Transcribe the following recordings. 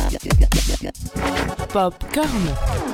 Popcorn.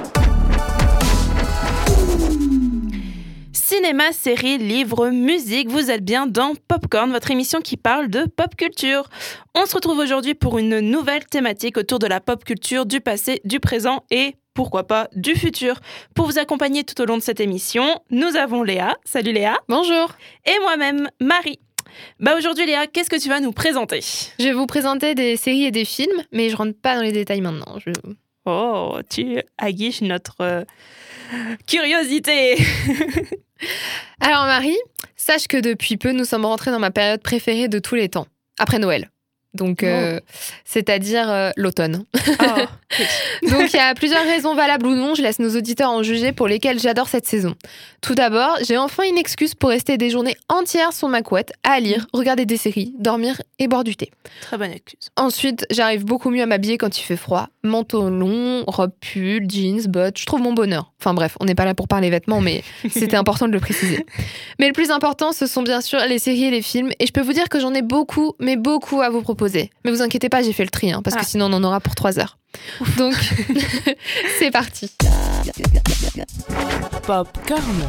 Cinéma, séries, livres, musique, vous êtes bien dans Popcorn, votre émission qui parle de pop culture. On se retrouve aujourd'hui pour une nouvelle thématique autour de la pop culture du passé, du présent et, pourquoi pas, du futur. Pour vous accompagner tout au long de cette émission, nous avons Léa. Salut Léa. Bonjour. Et moi-même, Marie. Aujourd'hui Léa, qu'est-ce que tu vas nous présenter ? Je vais vous présenter des séries et des films, mais je rentre pas dans les détails maintenant. Oh, tu aguiches notre curiosité. Alors Marie, sache que depuis peu, nous sommes rentrés dans ma période préférée de tous les temps, après Noël. Donc, c'est-à-dire l'automne. Oh. Donc, il y a plusieurs raisons valables ou non, je laisse nos auditeurs en juger, pour lesquelles j'adore cette saison. Tout d'abord, j'ai enfin une excuse pour rester des journées entières sur ma couette, à lire, regarder des séries, dormir et boire du thé. Très bonne excuse. Ensuite, j'arrive beaucoup mieux à m'habiller quand il fait froid. Manteau long, robe pull, jeans, bottes, je trouve mon bonheur. Enfin bref, on n'est pas là pour parler vêtements, mais c'était important de le préciser. Mais le plus important, ce sont bien sûr les séries et les films, et je peux vous dire que j'en ai beaucoup, mais beaucoup à vous proposer. Mais vous inquiétez pas, j'ai fait le tri, parce que sinon on en aura pour 3 heures. Donc, c'est parti. Popcorn.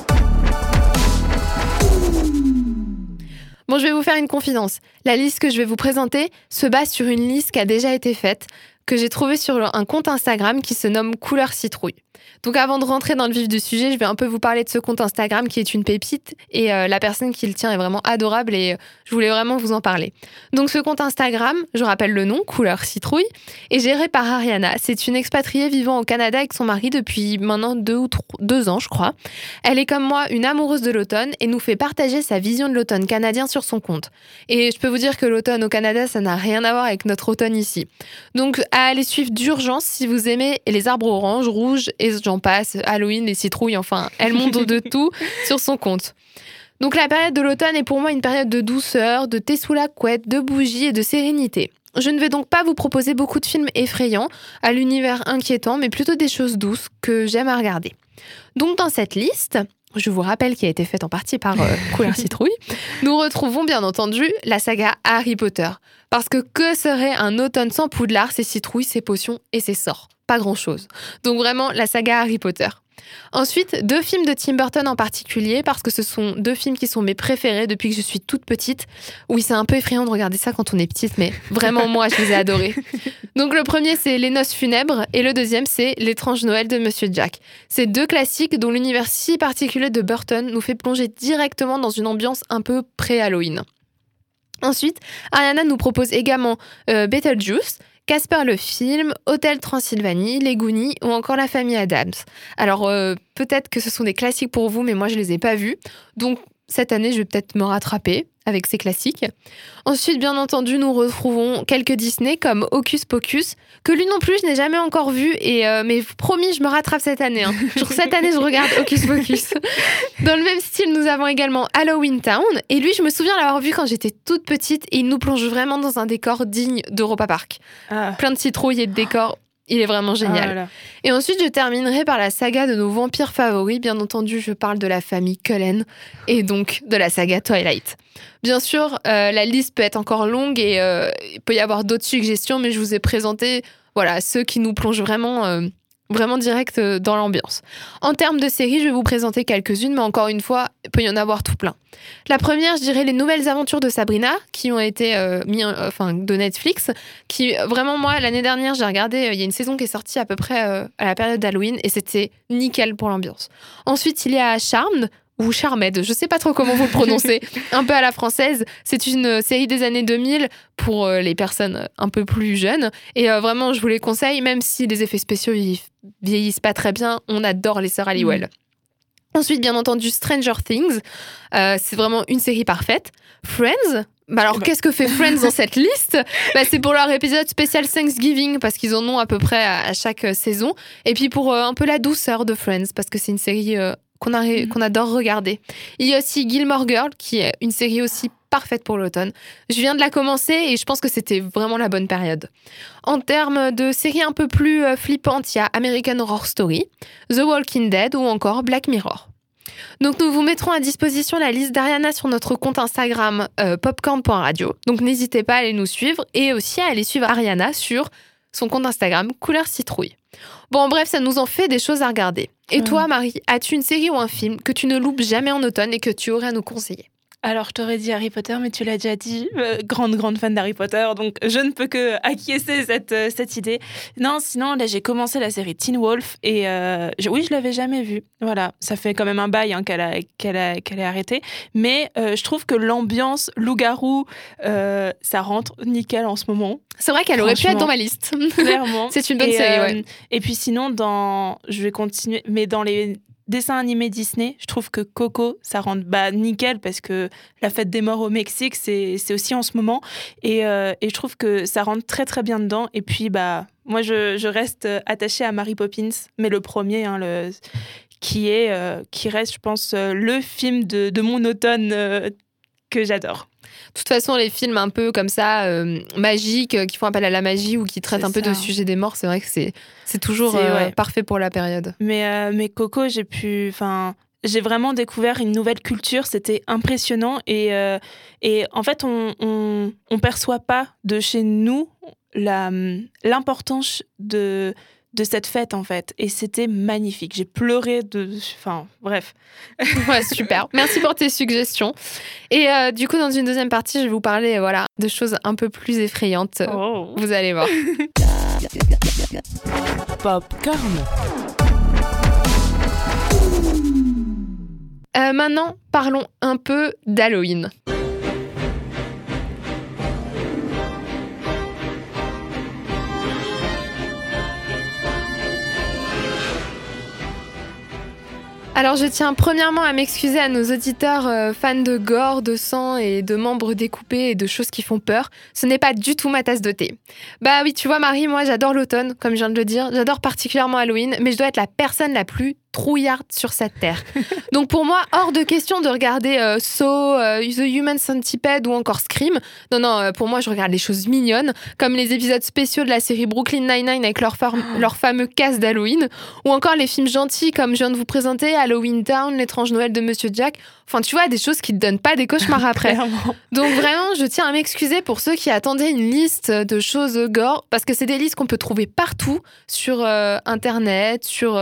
Bon, je vais vous faire une confidence. La liste que je vais vous présenter se base sur une liste qui a déjà été faite, que j'ai trouvée sur un compte Instagram qui se nomme Couleur Citrouille. Donc avant de rentrer dans le vif du sujet, je vais un peu vous parler de ce compte Instagram qui est une pépite et la personne qui le tient est vraiment adorable et je voulais vraiment vous en parler. Donc ce compte Instagram, je rappelle le nom, Couleur Citrouille, est géré par Ariana. C'est une expatriée vivant au Canada avec son mari depuis maintenant 2 ans, je crois. Elle est comme moi une amoureuse de l'automne et nous fait partager sa vision de l'automne canadien sur son compte. Et je peux vous dire que l'automne au Canada, ça n'a rien à voir avec notre automne ici. Donc à aller suivre d'urgence si vous aimez les arbres oranges, rouges et j'en passe, Halloween, les citrouilles, enfin, elle monte de tout sur son compte. Donc la période de l'automne est pour moi une période de douceur, de thé sous la couette, de bougies et de sérénité. Je ne vais donc pas vous proposer beaucoup de films effrayants, à l'univers inquiétant, mais plutôt des choses douces que j'aime à regarder. Donc dans cette liste, je vous rappelle qui a été faite en partie par Couleur Citrouille, nous retrouvons bien entendu la saga Harry Potter. Parce que serait un automne sans Poudlard, ses citrouilles, ses potions et ses sorts ? Pas grand-chose. Donc vraiment, la saga Harry Potter. Ensuite, 2 films de Tim Burton en particulier, parce que ce sont 2 films qui sont mes préférés depuis que je suis toute petite. Oui, c'est un peu effrayant de regarder ça quand on est petite, mais vraiment, moi, je les ai adorés. Donc le premier, c'est Les Noces funèbres, et le deuxième, c'est L'étrange Noël de Monsieur Jack. C'est 2 classiques dont l'univers si particulier de Burton nous fait plonger directement dans une ambiance un peu pré-Halloween. Ensuite, Ariana nous propose également Beetlejuice, Casper le film, Hôtel Transylvanie, Les Goonies ou encore La Famille Addams. Alors, peut-être que ce sont des classiques pour vous, mais moi, je les ai pas vus. Donc, cette année, je vais peut-être me rattraper avec ces classiques. Ensuite, bien entendu, nous retrouvons quelques Disney comme Hocus Pocus, que lui non plus, je n'ai jamais encore vu. Mais promis, je me rattrape cette année. Genre, cette année, je regarde Hocus Pocus. Dans le même style, nous avons également Halloween Town. Et lui, je me souviens l'avoir vu quand j'étais toute petite. Et il nous plonge vraiment dans un décor digne d'Europa Park. Plein de citrouilles et de décors. Il est vraiment génial. Et ensuite, je terminerai par la saga de nos vampires favoris. Bien entendu, je parle de la famille Cullen et donc de la saga Twilight. Bien sûr, la liste peut être encore longue et il peut y avoir d'autres suggestions, mais je vous ai présenté ceux qui nous plongent vraiment direct dans l'ambiance. En termes de séries, je vais vous présenter quelques-unes, mais encore une fois, il peut y en avoir tout plein. La première, je dirais les nouvelles aventures de Sabrina, qui ont été de Netflix, qui vraiment, moi, l'année dernière, j'ai regardé, il y a une saison qui est sortie à peu près à la période d'Halloween, et c'était nickel pour l'ambiance. Ensuite, il y a Charmed, ou Charmed, je sais pas trop comment vous le prononcez, un peu à la française. C'est une série des années 2000 pour les personnes un peu plus jeunes. Et vraiment, je vous les conseille, même si les effets spéciaux vieillissent pas très bien, on adore les sœurs Halliwell. Ensuite, bien entendu, Stranger Things. C'est vraiment une série parfaite. Friends. Qu'est-ce que fait Friends dans cette liste ? C'est pour leur épisode spécial Thanksgiving, parce qu'ils en ont à peu près à chaque saison. Et puis pour un peu la douceur de Friends, parce que c'est une série qu'on adore regarder. Il y a aussi Gilmore Girls, qui est une série aussi parfaite pour l'automne. Je viens de la commencer et je pense que c'était vraiment la bonne période. En termes de séries un peu plus flippantes, il y a American Horror Story, The Walking Dead ou encore Black Mirror. Donc nous vous mettrons à disposition la liste d'Ariana sur notre compte Instagram popcorn.radio. Donc n'hésitez pas à aller nous suivre et aussi à aller suivre Ariana sur son compte Instagram Couleur Citrouille. Bon, bref, ça nous en fait des choses à regarder. Et toi, Marie, as-tu une série ou un film que tu ne loupes jamais en automne et que tu aurais à nous conseiller ? Alors, je t'aurais dit Harry Potter, mais tu l'as déjà dit. Grande fan d'Harry Potter, donc je ne peux que acquiescer cette idée. Non, sinon, là, j'ai commencé la série Teen Wolf et oui, je l'avais jamais vue. Voilà, ça fait quand même un bail qu'elle est arrêtée. Mais je trouve que l'ambiance loup-garou, ça rentre nickel en ce moment. C'est vrai qu'elle aurait pu être dans ma liste. Clairement. C'est une bonne série, ouais. Et puis sinon, je vais continuer, mais dans les dessins animés Disney, je trouve que Coco, ça rentre nickel parce que la fête des morts au Mexique, c'est aussi en ce moment. Et je trouve que ça rentre très, très bien dedans. Et puis, moi, je reste attachée à Mary Poppins, mais le premier, qui reste, je pense, le film de mon automne que j'adore. De toute façon, les films un peu comme ça, magiques, qui font appel à la magie ou qui traitent un peu de sujet des morts, c'est vrai que c'est toujours parfait pour la période. Mais Coco, j'ai vraiment découvert une nouvelle culture, c'était impressionnant et en fait, on perçoit pas de chez nous l'importance de cette fête, en fait. Et c'était magnifique. J'ai pleuré bref. Ouais, super. Merci pour tes suggestions. Et du coup, dans une deuxième partie, je vais vous parler de choses un peu plus effrayantes. Oh. Vous allez voir. Popcorn. Maintenant, parlons un peu d'Halloween. Alors, je tiens premièrement à m'excuser à nos auditeurs fans de gore, de sang et de membres découpés et de choses qui font peur. Ce n'est pas du tout ma tasse de thé. Bah oui, tu vois Marie, moi j'adore l'automne, comme je viens de le dire. J'adore particulièrement Halloween, mais je dois être la personne la plus trouillarde sur cette terre. Donc pour moi, hors de question de regarder Saw, The Human Centipede ou encore Scream. Non, pour moi, je regarde les choses mignonnes, comme les épisodes spéciaux de la série Brooklyn Nine-Nine avec leur fameux cast d'Halloween, ou encore les films gentils comme je viens de vous présenter, Halloween Town, L'étrange Noël de Monsieur Jack. Enfin, tu vois, des choses qui te donnent pas des cauchemars après. Donc vraiment, je tiens à m'excuser pour ceux qui attendaient une liste de choses gore, parce que c'est des listes qu'on peut trouver partout sur Internet, sur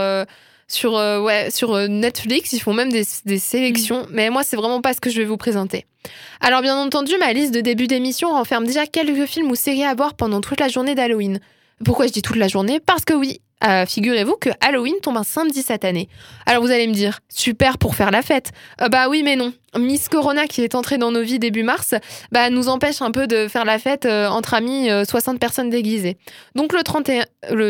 Netflix, ils font même des sélections, mais moi, c'est vraiment pas ce que je vais vous présenter. Alors, bien entendu, ma liste de début d'émission renferme déjà quelques films ou séries à voir pendant toute la journée d'Halloween. Pourquoi je dis toute la journée ? Parce que oui, figurez-vous que Halloween tombe un samedi cette année. Alors vous allez me dire, super pour faire la fête. Bah oui, mais non. Miss Corona, qui est entrée dans nos vies début mars, nous empêche un peu de faire la fête entre amis, 60 personnes déguisées. Donc le 31,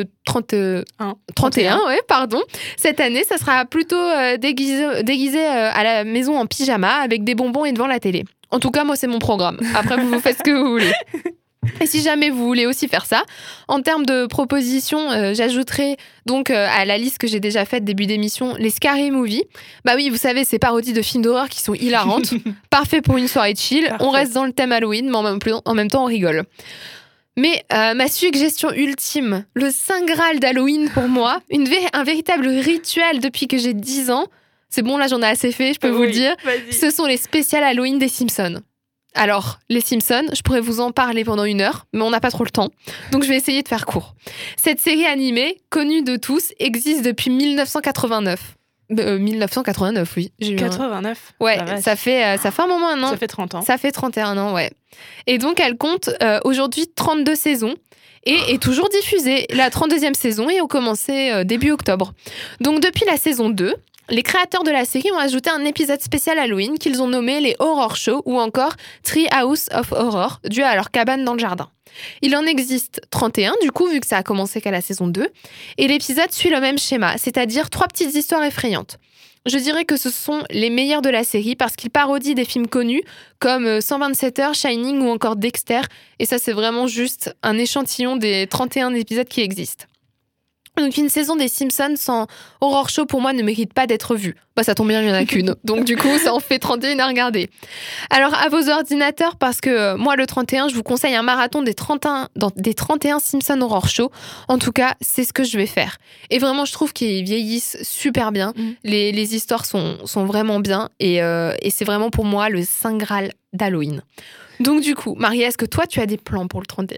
ouais, pardon. Cette année, ça sera plutôt déguisé à la maison en pyjama avec des bonbons et devant la télé. En tout cas, moi, c'est mon programme. Après, vous faites ce que vous voulez. Et si jamais vous voulez aussi faire ça, en termes de propositions, j'ajouterai donc à la liste que j'ai déjà faite début d'émission, les Scary Movie. Bah oui, vous savez, ces parodies de films d'horreur qui sont hilarantes. Parfait pour une soirée chill. Parfait. On reste dans le thème Halloween, mais en même temps, on rigole. Mais ma suggestion ultime, le Saint Graal d'Halloween pour moi, un véritable rituel depuis que j'ai 10 ans. C'est bon, là j'en ai assez fait, je peux vous le dire. Vas-y. Ce sont les spéciales Halloween des Simpsons. Alors, les Simpsons, je pourrais vous en parler pendant 1 heure, mais on n'a pas trop le temps, donc je vais essayer de faire court. Cette série animée, connue de tous, existe depuis 1989. 1989, oui. 89 Ouais, ça fait un moment maintenant. Ça fait 30 ans. Ça fait 31 ans, ouais. Et donc, elle compte aujourd'hui 32 saisons et est toujours diffusée. La 32e saison est commencée début octobre. Donc, depuis la saison 2, les créateurs de la série ont ajouté un épisode spécial Halloween qu'ils ont nommé les Horror Show ou encore Tree House of Horror, dû à leur cabane dans le jardin. Il en existe 31, du coup, vu que ça a commencé qu'à la saison 2, et l'épisode suit le même schéma, c'est-à-dire 3 petites histoires effrayantes. Je dirais que ce sont les meilleurs de la série parce qu'ils parodient des films connus comme 127 heures, Shining ou encore Dexter, et ça c'est vraiment juste un échantillon des 31 épisodes qui existent. Donc une saison des Simpsons sans Horror Show pour moi ne mérite pas d'être vue. Ça tombe bien, il n'y en a qu'une. Donc du coup, ça en fait 31 à regarder. Alors à vos ordinateurs, parce que moi le 31, je vous conseille un marathon des 31 Simpsons Horror Show. En tout cas, c'est ce que je vais faire. Et vraiment, je trouve qu'ils vieillissent super bien. Les histoires sont vraiment bien. Et c'est vraiment pour moi le Saint Graal d'Halloween. Donc du coup, Marie, est-ce que toi, tu as des plans pour le 31 ?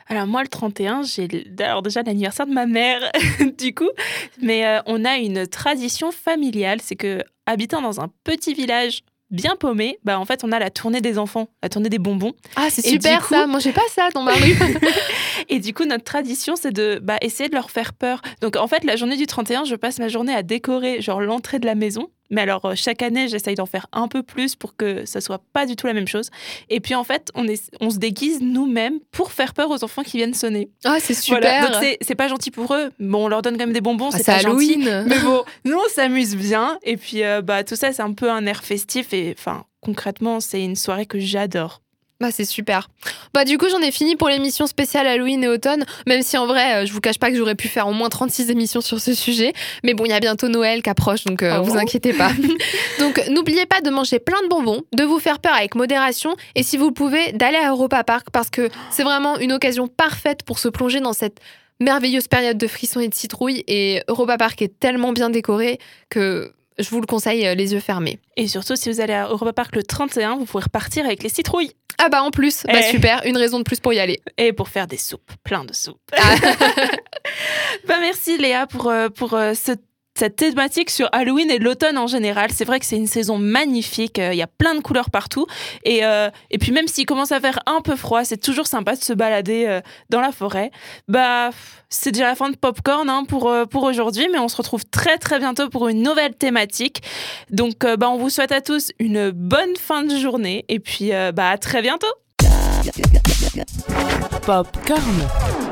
Alors moi, le 31, alors déjà l'anniversaire de ma mère, du coup. Mais on a une tradition familiale, c'est que habitant dans un petit village bien paumé, en fait, on a la tournée des enfants, la tournée des bonbons. Ah, c'est super ça. Moi, j'ai pas ça dans ma rue. Et du coup, notre tradition, c'est de essayer de leur faire peur. Donc, en fait, la journée du 31, je passe ma journée à décorer genre l'entrée de la maison. Mais alors, chaque année, j'essaye d'en faire un peu plus pour que ça soit pas du tout la même chose. Et puis, en fait, on se déguise nous-mêmes pour faire peur aux enfants qui viennent sonner. Ah, c'est super. Voilà. Donc, c'est pas gentil pour eux. Bon, on leur donne quand même des bonbons, c'est pas Halloween. Gentil. Mais bon, nous, on s'amuse bien. Et puis, tout ça, c'est un peu un air festif. Et enfin, concrètement, c'est une soirée que j'adore. C'est super. Du coup, j'en ai fini pour l'émission spéciale Halloween et automne, même si en vrai, je vous cache pas que j'aurais pu faire au moins 36 émissions sur ce sujet. Mais bon, il y a bientôt Noël qui approche, donc vous inquiétez pas. Donc, n'oubliez pas de manger plein de bonbons, de vous faire peur avec modération, et si vous le pouvez, d'aller à Europa Park, parce que c'est vraiment une occasion parfaite pour se plonger dans cette merveilleuse période de frissons et de citrouilles. Et Europa Park est tellement bien décoré que je vous le conseille les yeux fermés. Et surtout, si vous allez à Europa Park le 31, vous pourrez repartir avec les citrouilles. Ah en plus, super, une raison de plus pour y aller. Et pour faire des soupes, plein de soupes. Merci Léa pour cette thématique sur Halloween et l'automne en général. C'est vrai que c'est une saison magnifique, il y a plein de couleurs partout. Et puis même s'il commence à faire un peu froid, c'est toujours sympa de se balader dans la forêt. C'est déjà la fin de Popcorn pour aujourd'hui, mais on se retrouve très très bientôt pour une nouvelle thématique. Donc on vous souhaite à tous une bonne fin de journée et puis à très bientôt. Popcorn.